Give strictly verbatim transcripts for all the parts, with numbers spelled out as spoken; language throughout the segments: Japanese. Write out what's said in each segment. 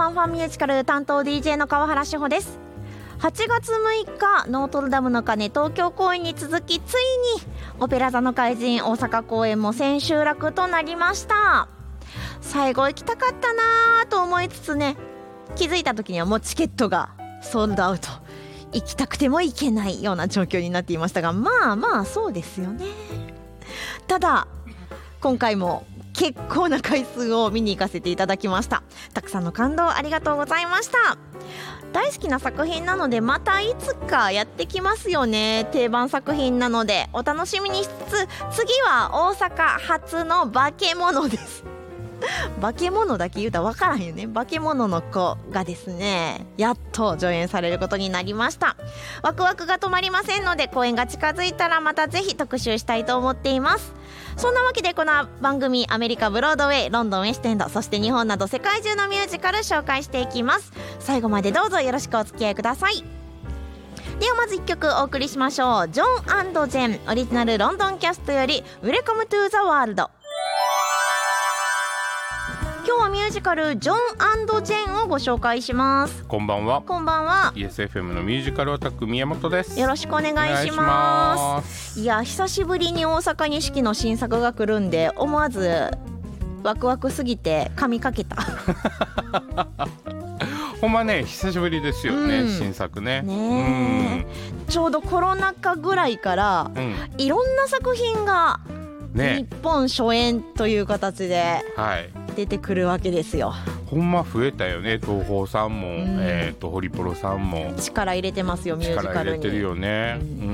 ファンファンミュージカル担当 ディージェー の川原志保です。はちがつむいかノートルダムの鐘東京公演に続き、ついにオペラ座の怪人大阪公演も千秋楽となりました。最後行きたかったなと思いつつね、気づいた時にはもうチケットがソールドアウト、行きたくても行けないような状況になっていましたが、まあまあそうですよね。ただ今回も結構な回数を見に行かせていただきました。たくさんの感動ありがとうございました。大好きな作品なので、またいつかやってきますよね。定番作品なのでお楽しみにしつつ、次は大阪初の化け物です化け物だけ言うたら分からんよね。化け物の子がですね、やっと上演されることになりました。ワクワクが止まりませんので、公演が近づいたらまたぜひ特集したいと思っています。そんなわけでこの番組、アメリカブロードウェイ、ロンドンウェストエンド、そして日本など世界中のミュージカル紹介していきます。最後までどうぞよろしくお付き合いください。ではまずいっきょくお送りしましょう。ジョン&ジェンオリジナルロンドンキャストより Welcome to the World。今日はミュージカルジョン&ジェンをご紹介します。 こんばんは。 こんばんは。 イーエスエフエム のミュージカルオタク宮本です。 よろしくお願いします。いや、久しぶりに大阪錦の新作が来るんで、思わずワクワクすぎて噛みかけたほんまね、久しぶりですよね、うん、新作ね。 ね、うん、ちょうどコロナ禍ぐらいから、うん、いろんな作品が日本初演という形で出てくるわけですよ、はい、 ほんま増えたよね。東宝さんも、うん、えー、とホリプロさんも力入れてますよ、ミュージカルに。力入れてるよね、うんうん、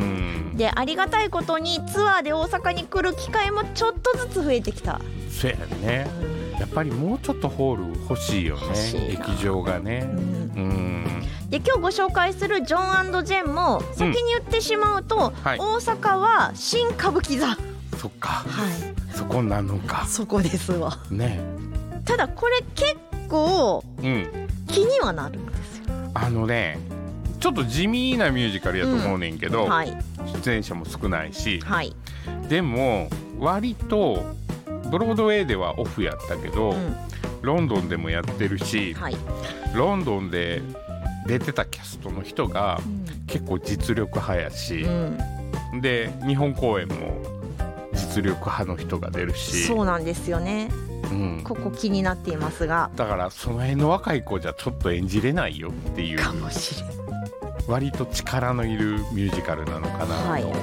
でありがたいことにツアーで大阪に来る機会もちょっとずつ増えてきた。 そうやね、うん、やっぱりもうちょっとホール欲しいよね、劇場がね、うんうん、 で今日ご紹介するジョン&ジェンも先に言ってしまうと、うん、はい、大阪は新歌舞伎座。 そっか、 はい、 そこなのか。 そこですわ、 ね、 ただこれ結構気にはなるんですよ、うん、 あのね、ちょっと地味なミュージカルやと思うねんけど、うん、はい、出演者も少ないし、はい、でも割とブロードウェイではオフやったけど、うん、ロンドンでもやってるし、はい、ロンドンで出てたキャストの人が結構実力派やし、うん、で日本公演も実力派の人が出るし。 そうなんですよね、うん、ここ気になっていますが、 だからその辺の若い子じゃちょっと演じれないよっていうかもしれん。 割と力のいるミュージカルなのかなと、はい、うん、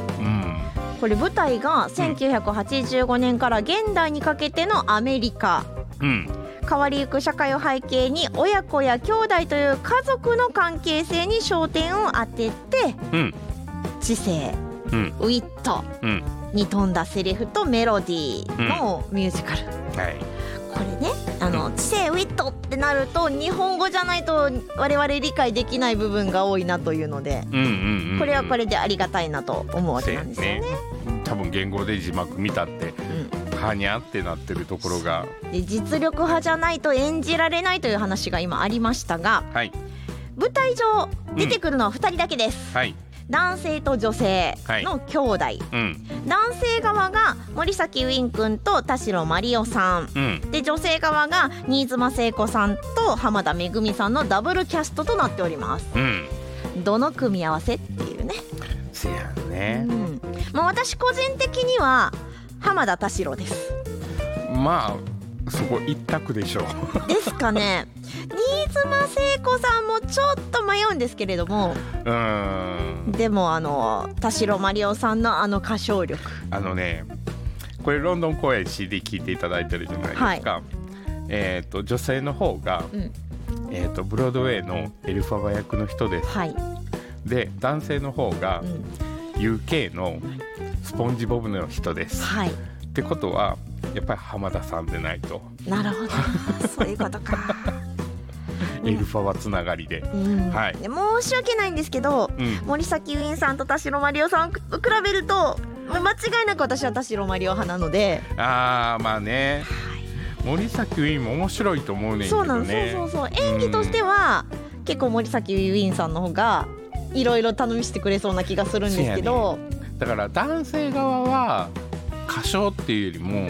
これ舞台がせんきゅうひゃくはちじゅうごねんから現代にかけてのアメリカ、うん、変わりゆく社会を背景に親子や兄弟という家族の関係性に焦点を当てて、うん、知性、うん、ウィット、うん、に富んだセリフとメロディーのミュージカル、うん、はい、これね、あの、うん、知性ウィットってなると日本語じゃないと我々理解できない部分が多いなというので、うんうんうんうん、これはこれでありがたいなと思うわけなんですよね。 多分言語で字幕見たって、うん、はにゃってなってるところが、 で実力派じゃないと演じられないという話が今ありましたが、はい、舞台上出てくるのはふたりだけです、うん、はい、男性と女性の兄弟、はい、うん、男性側が森崎ウィン君と田代真理夫さん、うん、で女性側が新妻聖子さんと浜田めぐみさんのダブルキャストとなっております、うん、どの組み合わせっていうね。 せやね、うん、 まあ、私個人的には浜田田代です。 まあそこ一択でしょうですかね。新妻聖子さんもちょっと迷うんですけれども、うーん、でもあの田代真理夫さんのあの歌唱力、 あのね、これロンドン公演 シーディー 聴いていただいてるじゃないですか、はい、えー、と女性の方が、うん、えー、とブロードウェイのエルファバ役の人です、はい、で男性の方が、うん、ユーケー のスポンジボブの人です、はい、ってことはやっぱり浜田さんでないと。 なるほどそういうことかエルファはつながりで、うん、はい、 申し訳ないんですけど、うん、森崎ウィンさんと田代真理夫さんと比べると間違いなく私は田代真理夫派なので、 あーまあね、はい、森崎ウィンも面白いと思うねんけどね。 そうなんそうそうそう、演技としては、うん、結構森崎ウィンさんの方がいろいろ頼みしてくれそうな気がするんですけど、 だから男性側は歌唱っていうよりも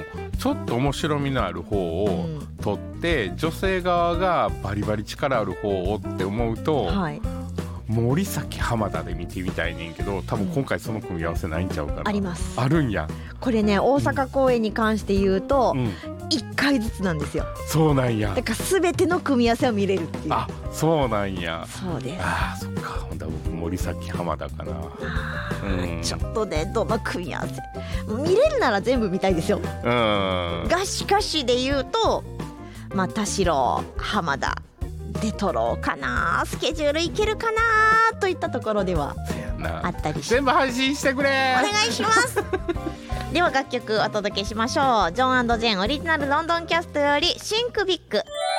ちょっと面白みのある方を取って、うん、女性側がバリバリ力ある方をって思うと、はい、森崎浜田で見てみたいねんけど、多分今回その組み合わせないんちゃうかな。 あります。 あるんや。 これね、大阪公演に関して言うと、うん、いっかいずつなんですよ。 そうなんや。 だから全ての組み合わせを見れるっていう。 あ、そうなんや。 そうです。 あ、そっか。ほんと僕森崎浜田かな。 うん、ちょっとね、どの組み合わせ見れるなら全部見たいですよ。うん。がしかしで言うと、まあ田代、浜田、デトロかな、スケジュールいけるかなといったところではあったりして、 全部配信してくれ。 お願いしますでは楽曲お届けしましょう。ジョン&ジェーンオリジナルロンドンキャストよりシンクビック。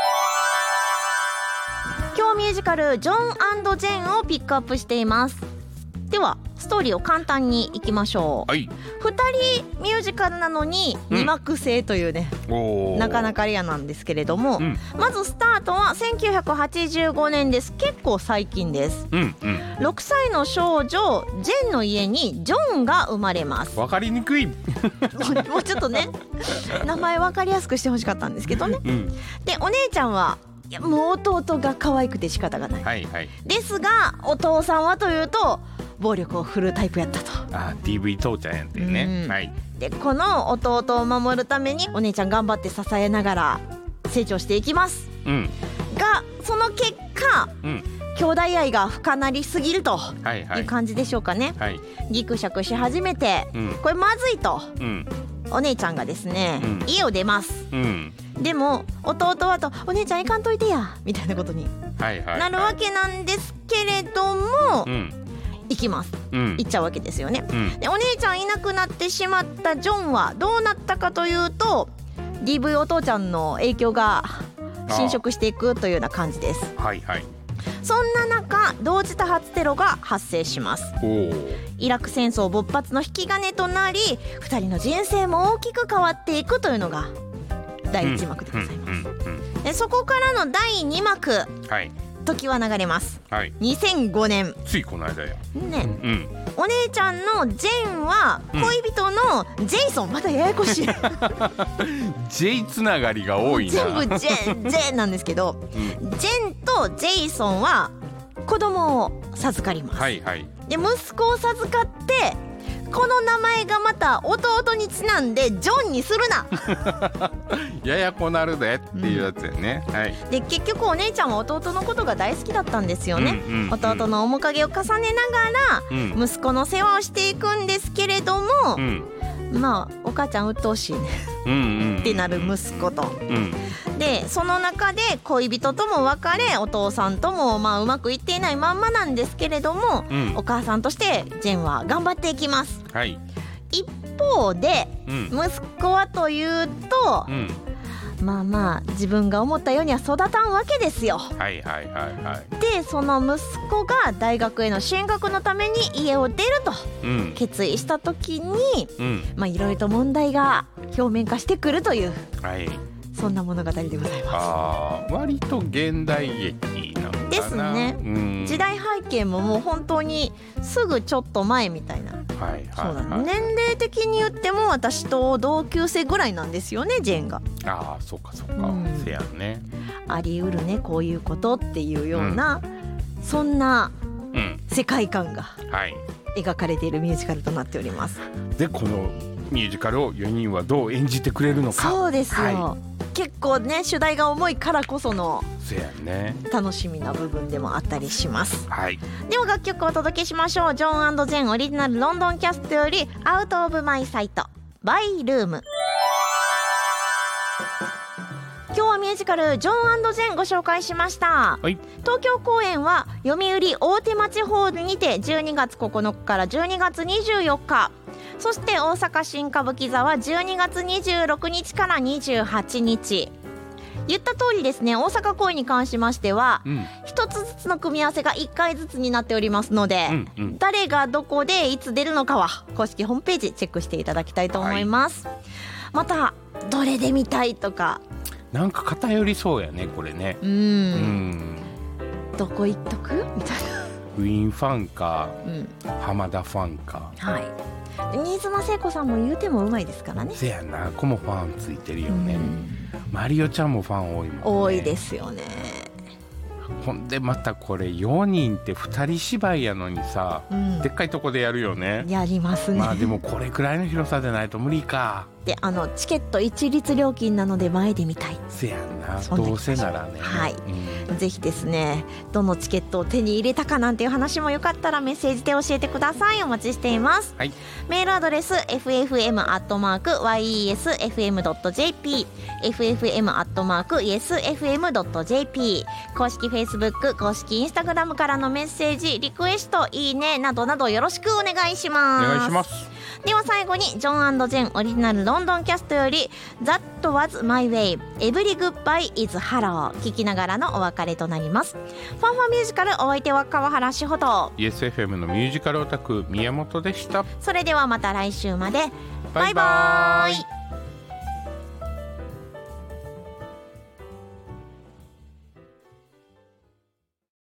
今日ミュージカルジョン&ジェーンをピックアップしています。ではストーリーを簡単にいきましょう、はい、ふたりミュージカルなのにに幕制というね、うん、なかなかレアなんですけれども、うん、まずスタートはせんきゅうひゃくはちじゅうごねんです。結構最近です、うんうん、ろくさいの少女ジェンの家にジョンが生まれます。 わかりにくいもう、もうちょっとね名前わかりやすくしてほしかったんですけどね、うん、でお姉ちゃんはいやもう弟が可愛くて仕方がない、はいはい、ですがお父さんはというと暴力を振るうタイプやったと。 あ、ディーブイ 父ちゃんやってね、うん、はい、 でこの弟を守るためにお姉ちゃん頑張って支えながら成長していきます、うん、がその結果、うん、兄弟愛が深なりすぎるという感じでしょうかね、はいはい、ギクシャクし始めて、うん、これまずいと、うん、お姉ちゃんがですね、うん、家を出ます、うん、でも弟はとお姉ちゃん行かんといてやみたいなことになるわけなんですけれども、うん、行きます、うん、行っちゃうわけですよね、うん、でお姉ちゃんいなくなってしまったジョンはどうなったかというと ディーブイ お父ちゃんの影響が侵食していくというような感じです。はいはい、そんな中同時多発テロが発生します。イラク戦争勃発の引き金となりふたりの人生も大きく変わっていくというのがだいいち幕でございます、でそこからのだいに幕、はい、時は流れます、はい、にせんごねん、 ついこの間や、 ね、うん、お姉ちゃんのジェンは恋人のジェイソン、うん、またややこしいジェイつながりが多いな。 全部ジェンジェンなんですけど、うん、ジェンとジェイソンは子供を授かります、はいはい、で息子を授かってこの名前がまた弟にちなんでジョンにするなややこなるでっていうやつやね、うん、はい、 で結局お姉ちゃんは弟のことが大好きだったんですよね、うんうんうん、弟の面影を重ねながら息子の世話をしていくんですけれども、うん、まあお母ちゃん鬱陶しいねうんうん、うん、ってなる息子と、うん、でその中で恋人とも別れお父さんともまあうまくいっていないまんまなんですけれども、うん、お母さんとしてジェンは頑張っていきます、はい、一方で、うん、息子はというと、うん、まあまあ自分が思ったようには育たんわけですよ。はいはいはいはい。でその息子が大学への進学のために家を出ると決意した時に、うん、まあいろいろと問題が表面化してくるという、はい、そんな物語でございます。 あ、割と現代劇なのかなですね、うん、時代背景ももう本当にすぐちょっと前みたいな、はいはいはい、そうだね、年齢的に言っても私と同級生ぐらいなんですよねジェーンが。 ああそうかそうか、うん、せやね、 あり得るねこういうことっていうような、うん、そんな世界観が描かれているミュージカルとなっております。 でこのミュージカルをよにんはどう演じてくれるのか。 そうですよ、はい、結構ね主題が重いからこそのせやね楽しみな部分でもあったりします、 はい、 では楽曲をお届けしましょう。ジョン&ジェーンオリジナルロンドンキャストよりアウトオブマイサイトバイルーム。今日はミュージカルジョン&ジェーンご紹介しました、はい、東京公演は読売大手町ホールにてじゅうにがつここのかからじゅうにがつにじゅうよっか、そして大阪新歌舞伎座はじゅうにがつにじゅうろくにちからにじゅうはちにち。言った通りですね、大阪公演に関しましては、うん、ひとつずつの組み合わせがいっかいずつになっておりますので、うんうん、誰がどこでいつ出るのかは公式ホームページチェックしていただきたいと思います、はい、またどれで見たいとかなんか偏りそうやねこれね。うん、うん、 どこ行っとくみたいなウィンファンか、うん、浜田ファンか、 はい、 新妻聖子さんも言うてもうまいですからね。 せやな、子もファンついてるよね。マリオちゃんもファン多いもんね。 多いですよね。 ほんでまたこれよにんってふたり芝居やのにさ、うん、でっかいとこでやるよね。 やりますね。 まあでもこれくらいの広さでないと無理か。 で、あのチケット一律料金なので前で見たい。 せやんな、どうせならね。 はい、うん、ぜひですね、どのチケットを手に入れたかなんていう話もよかったらメッセージで教えてください。お待ちしています、はい、メールアドレス エフエフエムアットマークワイイーエスエフエムドットジェーピー エフエフエムアットマークイエスエフエムドットジェーピー 公式 Facebook 公式 Instagram からのメッセージ、リクエスト、いいねなどなどよろしくお願いします。 お願いします。 では最後にジョン&ジェンオリジナルロンドンキャストより That was my way Every goodbye is hello 聞きながらのお別れとなります。ファンファンミュージカル、お相手は川原志穂とイーエスエフエム のミュージカルオタク宮本でした。 それではまた来週まで。 バイバーイ。